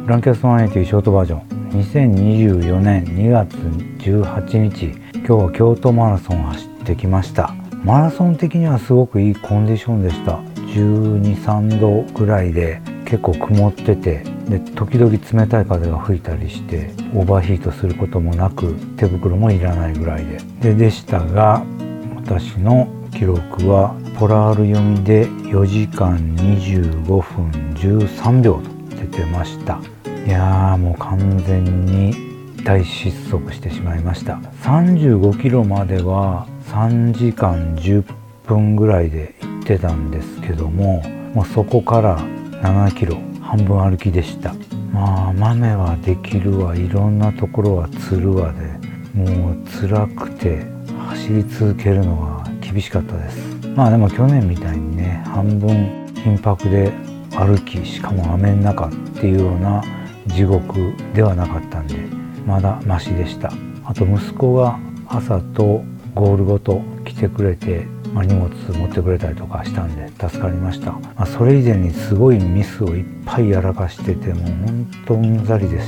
ランキャスト180ショートバージョン2024年2月18日、今日は京都マラソン走ってきました。マラソン的にはすごくいいコンディションでした。12、3度ぐらいで結構曇ってて、で時々冷たい風が吹いたりしてオーバーヒートすることもなく手袋もいらないぐらいでしたが、私の記録はポラール読みで4時間25分13秒と出てました。いやー、もう完全に大失速してしまいました。35キロまでは3時間10分ぐらいで行ってたんですけども、もうそこから7キロ半分歩きでした。まあ豆はできるわ、いろんなところはつるわで、もう辛くて走り続けるのが厳しかったです。まあでも去年みたいにね、半分頻拍で歩き、しかも雨の中っていうような地獄ではなかったんで、まだマシでした。あと息子が朝とゴールごと来てくれて、荷物持ってくれたりとかしたんで助かりました。それ以前にすごいミスをいっぱいやらかしてて、もう本当うんざりでした。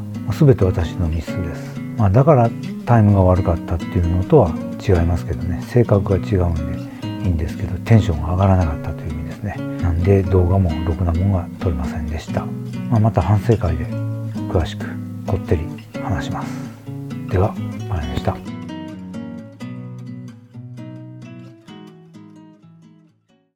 全て私のミスです。だからタイムが悪かったっていうのとは違いますけどね、性格が違うんでいいんですけど、テンションが上がらなかったという意味ですね。なんで動画もろくなもんが撮れませんでした。また反省会で詳しくこってり話します。では、まやでした。